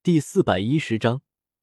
第410章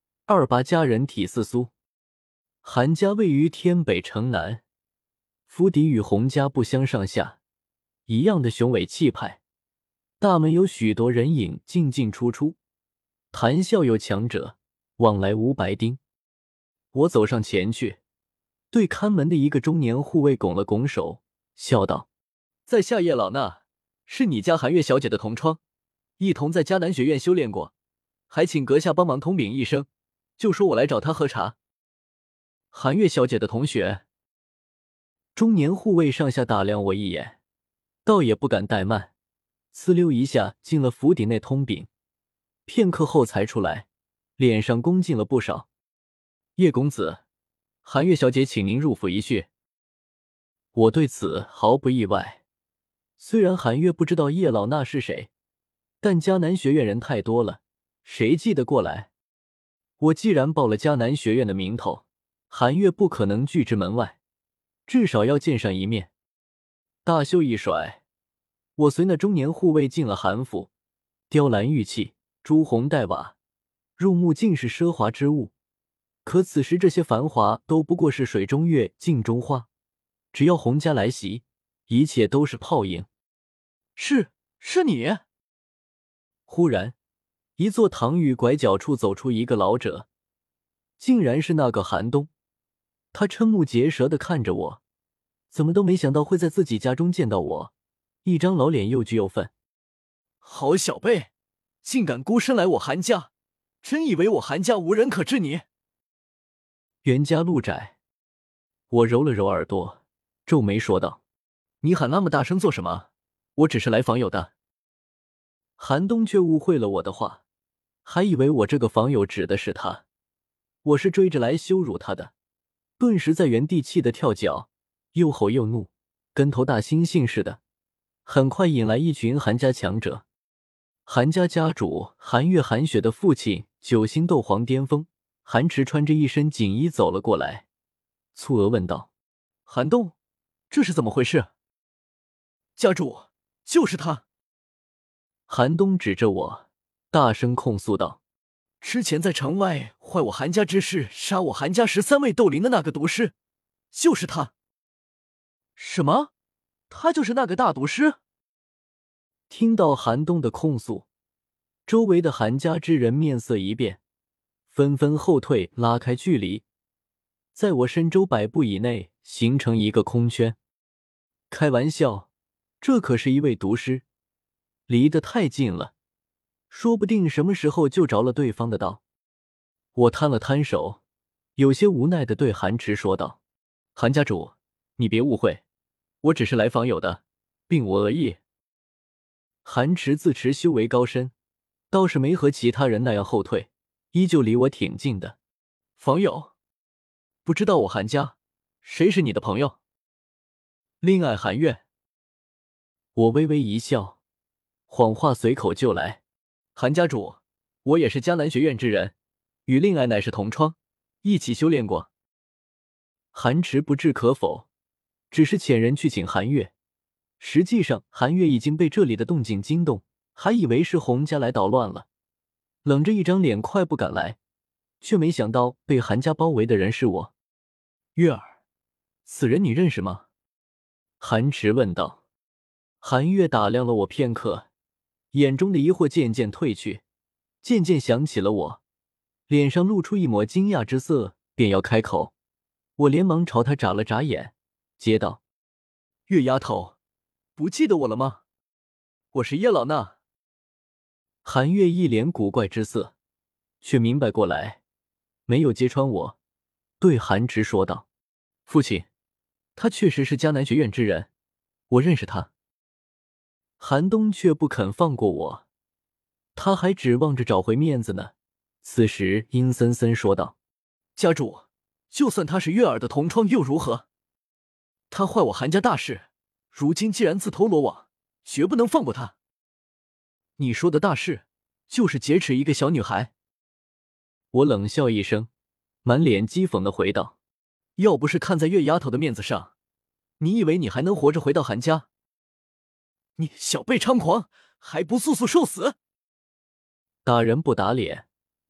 28佳人体似酥。韩家位于天北城南，府邸与洪家不相上下，一样的雄伟气派。大门有许多人影进进出出，谈笑有强者，往来无白丁。我走上前去，对看门的一个中年护卫拱了拱手，笑道：“在下叶老衲，是你家韩月小姐的同窗，一同在迦南学院修炼过，还请阁下帮忙通禀一声，就说我来找她喝茶。”韩月小姐的同学。中年护卫上下打量我一眼，倒也不敢怠慢，呲溜一下进了府邸内通禀，片刻后才出来，脸上恭敬了不少。叶公子，韩月小姐请您入府一叙。我对此毫不意外，虽然韩月不知道叶老衲是谁，但迦南学院人太多了，谁记得过来？我既然报了迦南学院的名头，韩月不可能拒之门外，至少要见上一面。大袖一甩，我随那中年护卫进了韩府。雕栏玉砌，朱红黛瓦，入目尽是奢华之物。可此时这些繁华都不过是水中月，镜中花。只要洪家来袭，一切都是泡影。是你？忽然，一座堂宇拐角处走出一个老者，竟然是那个韩东。他瞠目结舌地看着我，怎么都没想到会在自己家中见到我，一张老脸又惧又愤。好小辈，竟敢孤身来我韩家，真以为我韩家无人可治你？袁家路窄。我揉了揉耳朵，皱眉说道：“你喊那么大声做什么？我只是来访友的。”韩东却误会了我的话，还以为我这个访友指的是他，我是追着来羞辱他的，顿时在原地气得跳脚，又吼又怒，跟头大猩猩似的，很快引来一群韩家强者。韩家家主韩月韩雪的父亲九星斗皇巅峰韩池穿着一身锦衣走了过来，蹙额问道：“韩东，这是怎么回事？”“家主，就是他。”韩东指着我，大声控诉道：“之前在城外坏我韩家之事，杀我韩家13位斗灵的那个毒师，就是他。”“什么？他就是那个大毒师？”听到韩东的控诉，周围的韩家之人面色一变，纷纷后退，拉开距离，在我身周100步以内形成一个空圈。开玩笑，这可是一位毒师，离得太近了，说不定什么时候就着了对方的道。我摊了摊手，有些无奈地对韩池说道：“韩家主，你别误会，我只是来访友的，并无恶意。”韩池自持修为高深，倒是没和其他人那样后退，依旧离我挺近的。“访友？不知道我韩家谁是你的朋友？”“令爱韩月。”我微微一笑，谎话随口就来：“韩家主，我也是迦南学院之人，与令爱乃是同窗，一起修炼过。”韩池不置可否，只是遣人去请韩月。实际上韩月已经被这里的动静惊动，还以为是洪家来捣乱了，冷着一张脸快不敢来，却没想到被韩家包围的人是我。“月儿，此人你认识吗？”韩池问道。韩月打量了我片刻，眼中的疑惑渐渐褪去，渐渐想起了我，脸上露出一抹惊讶之色，便要开口。我连忙朝他眨了眨眼，接道：“月丫头，不记得我了吗？我是叶老衲。”韩月一脸古怪之色，却明白过来，没有揭穿我，对韩池说道：“父亲，他确实是迦南学院之人，我认识他。”韩东却不肯放过我，他还指望着找回面子呢，此时阴森森说道：“家主，就算他是月儿的同窗又如何？他坏我韩家大事，如今既然自投罗网，绝不能放过他。”“你说的大事，就是劫持一个小女孩。”我冷笑一声，满脸讥讽地回道：“要不是看在月丫头的面子上，你以为你还能活着回到韩家？你小辈猖狂，还不速速受死！”打人不打脸，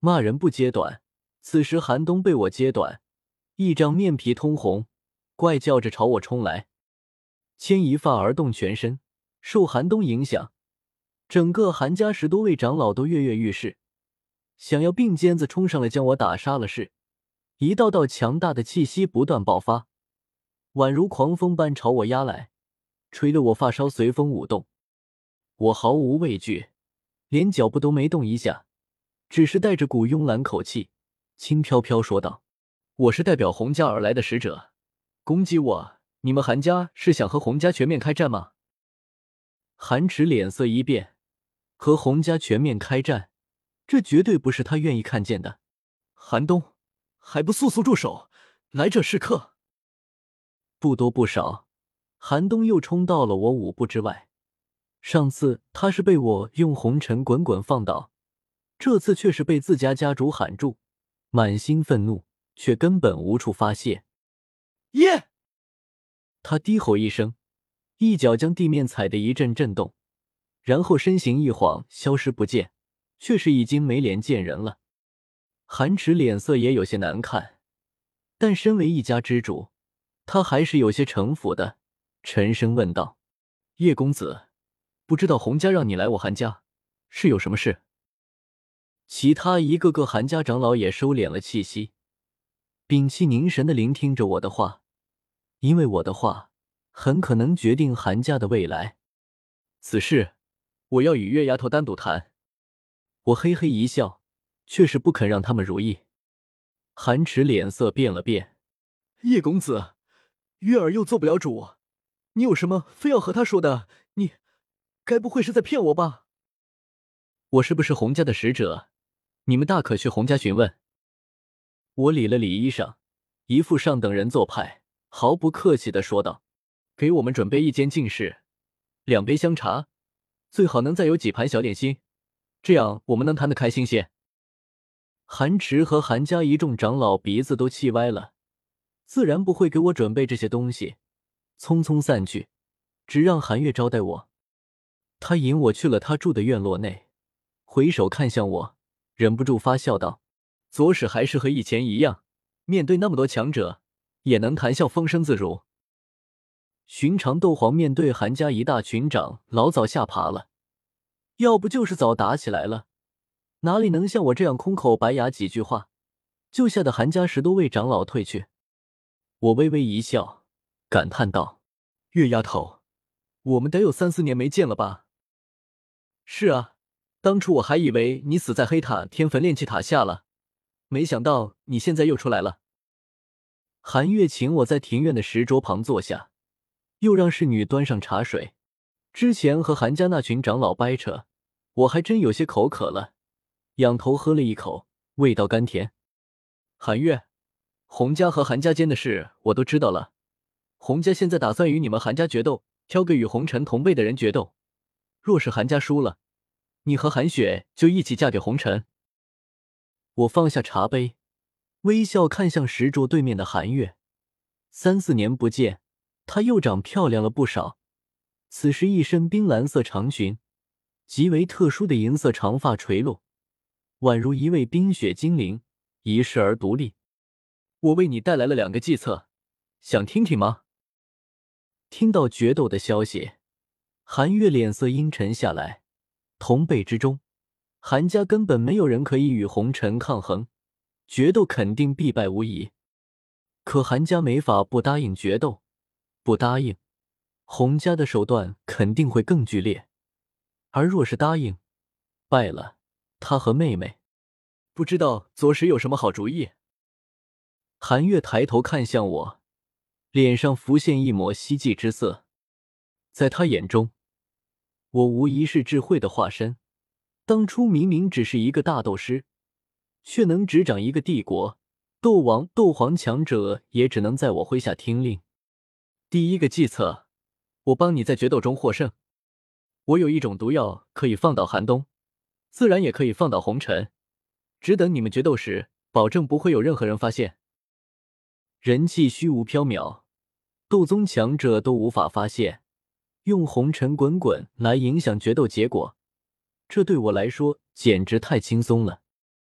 骂人不揭短。此时寒冬被我揭短，一张面皮通红，怪叫着朝我冲来，牵一发而动全身。受寒冬影响，整个韩家10多位长老都跃跃欲试，想要并肩子冲上来将我打杀了事。一道道强大的气息不断爆发，宛如狂风般朝我压来，吹得我发梢随风舞动。我毫无畏惧，连脚步都没动一下，只是带着股慵懒口气，轻飘飘说道：“我是代表洪家而来的使者，攻击我，你们韩家是想和洪家全面开战吗？”韩池脸色一变，和洪家全面开战，这绝对不是他愿意看见的。寒冬，还不速速住手！来者是客。不多不少，寒冬又冲到了我5步之外。上次他是被我用红尘滚滚放倒，这次却是被自家家主喊住，满心愤怒，却根本无处发泄。耶！他低吼一声，一脚将地面踩得一阵震动，然后身形一晃消失不见，却是已经没脸见人了。韩池脸色也有些难看，但身为一家之主，他还是有些城府的，沉声问道：“叶公子，不知道洪家让你来我韩家，是有什么事？”其他一个个韩家长老也收敛了气息，屏气凝神地聆听着我的话，因为我的话很可能决定韩家的未来。此事我要与月丫头单独谈。我嘿嘿一笑，却是不肯让他们如意。韩池脸色变了变：“叶公子，月儿又做不了主，你有什么非要和他说的？你该不会是在骗我吧？”“我是不是洪家的使者？你们大可去洪家询问。”我理了理衣裳，一副上等人做派，毫不客气地说道：“给我们准备一间静室，2杯香茶，最好能再有几盘小点心，这样我们能谈得开心些。”韩池和韩家一众长老鼻子都气歪了，自然不会给我准备这些东西，匆匆散去，只让韩月招待我。他引我去了他住的院落内，回首看向我，忍不住发笑道：“左使还是和以前一样，面对那么多强者，也能谈笑风生自如。”寻常斗皇面对韩家一大群长老早吓爬了，要不就是早打起来了，哪里能像我这样空口白牙几句话，就吓得韩家10多位长老退去。我微微一笑，感叹道：“月丫头，我们得有3、4年没见了吧？”“是啊，当初我还以为你死在黑塔天坟炼气塔下了，没想到你现在又出来了。”韩月请我在庭院的石桌旁坐下，又让侍女端上茶水。之前和韩家那群长老掰扯，我还真有些口渴了，仰头喝了一口，味道甘甜。“韩月，洪家和韩家间的事我都知道了，洪家现在打算与你们韩家决斗，挑个与红尘同辈的人决斗。若是韩家输了，你和韩雪就一起嫁给红尘。”我放下茶杯，微笑看向石桌对面的韩月。3、4年不见，她又长漂亮了不少。此时一身冰蓝色长裙，极为特殊的银色长发垂落，宛如一位冰雪精灵，遗世而独立。“我为你带来了2个计策，想听听吗？”听到决斗的消息，韩月脸色阴沉下来。同辈之中，韩家根本没有人可以与红尘抗衡，决斗肯定必败无疑。可韩家没法不答应决斗，不答应，洪家的手段肯定会更剧烈。而若是答应，败了，他和妹妹，不知道左使有什么好主意。韩月抬头看向我，脸上浮现一抹希冀之色。在他眼中，我无疑是智慧的化身，当初明明只是一个大斗师，却能执掌一个帝国，斗王、斗皇强者也只能在我麾下听令。第1个计策，我帮你在决斗中获胜。我有一种毒药可以放倒寒冬，自然也可以放倒红尘，只等你们决斗时，保证不会有任何人发现。人气虚无缥缈，斗宗强者都无法发现，用红尘滚滚来影响决斗结果，这对我来说简直太轻松了。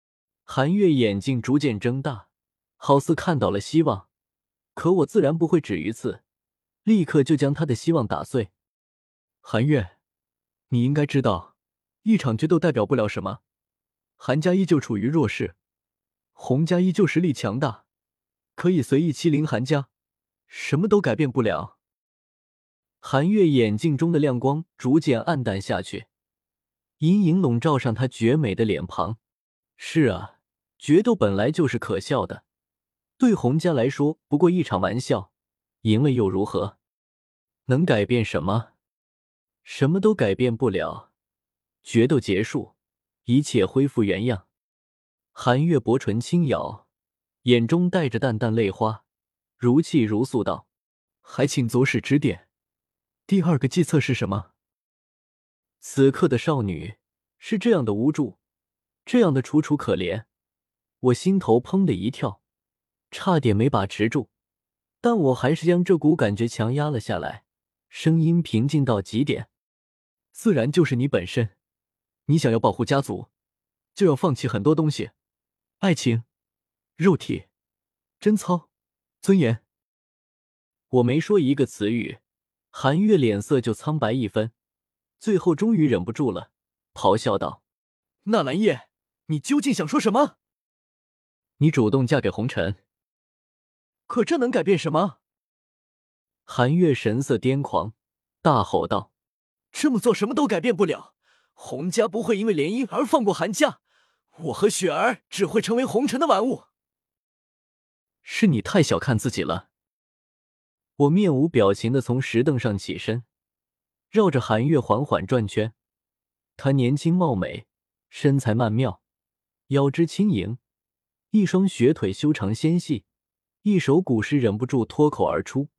韩月眼睛逐渐睁大，好似看到了希望，可我自然不会止于此，立刻就将他的希望打碎。韩月，你应该知道，一场决斗代表不了什么，韩家依旧处于弱势，洪家依旧实力强大，可以随意欺凌韩家，什么都改变不了。韩月眼镜中的亮光逐渐暗淡下去，阴影笼罩上她绝美的脸庞。是啊，决斗本来就是可笑的，对洪家来说不过一场玩笑，赢了又如何？能改变什么？什么都改变不了。决斗结束，一切恢复原样。韩月薄唇轻咬，眼中带着淡淡泪花，如泣如诉道：“还请左使指点，第二个计策是什么？”此刻的少女是这样的无助，这样的楚楚可怜，我心头砰的一跳，差点没把持住，但我还是将这股感觉强压了下来，声音平静到极点：“自然就是你本身，你想要保护家族，就要放弃很多东西，爱情、肉体、贞操、尊严。”我没说一个词语，韩月脸色就苍白一分，最后终于忍不住了，咆哮道：“纳兰叶，你究竟想说什么？你主动嫁给红尘，可这能改变什么？”韩月神色癫狂，大吼道：“这么做什么都改变不了，洪家不会因为联姻而放过韩家，我和雪儿只会成为红尘的玩物。”是你太小看自己了。我面无表情地从石凳上起身，绕着韩月缓缓转圈。她年轻貌美，身材曼妙，腰肢轻盈，一双雪腿修长纤细，一手古诗忍不住脱口而出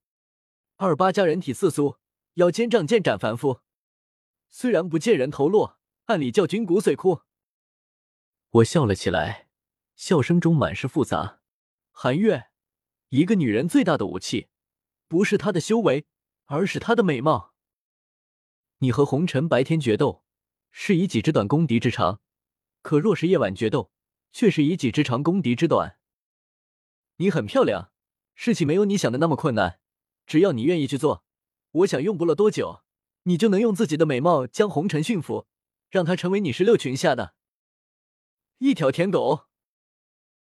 ：“28家人体四苏，腰间仗剑斩凡夫。虽然不见人头落，暗里叫君骨髓枯。”我笑了起来，笑声中满是复杂。韩月，一个女人最大的武器，不是她的修为，而是她的美貌。你和红尘白天决斗，是以己之短攻敌之长，可若是夜晚决斗，却是以己之长攻敌之短。你很漂亮，事情没有你想的那么困难，只要你愿意去做，我想用不了多久，你就能用自己的美貌将红尘驯服，让她成为你16群下的一条舔狗。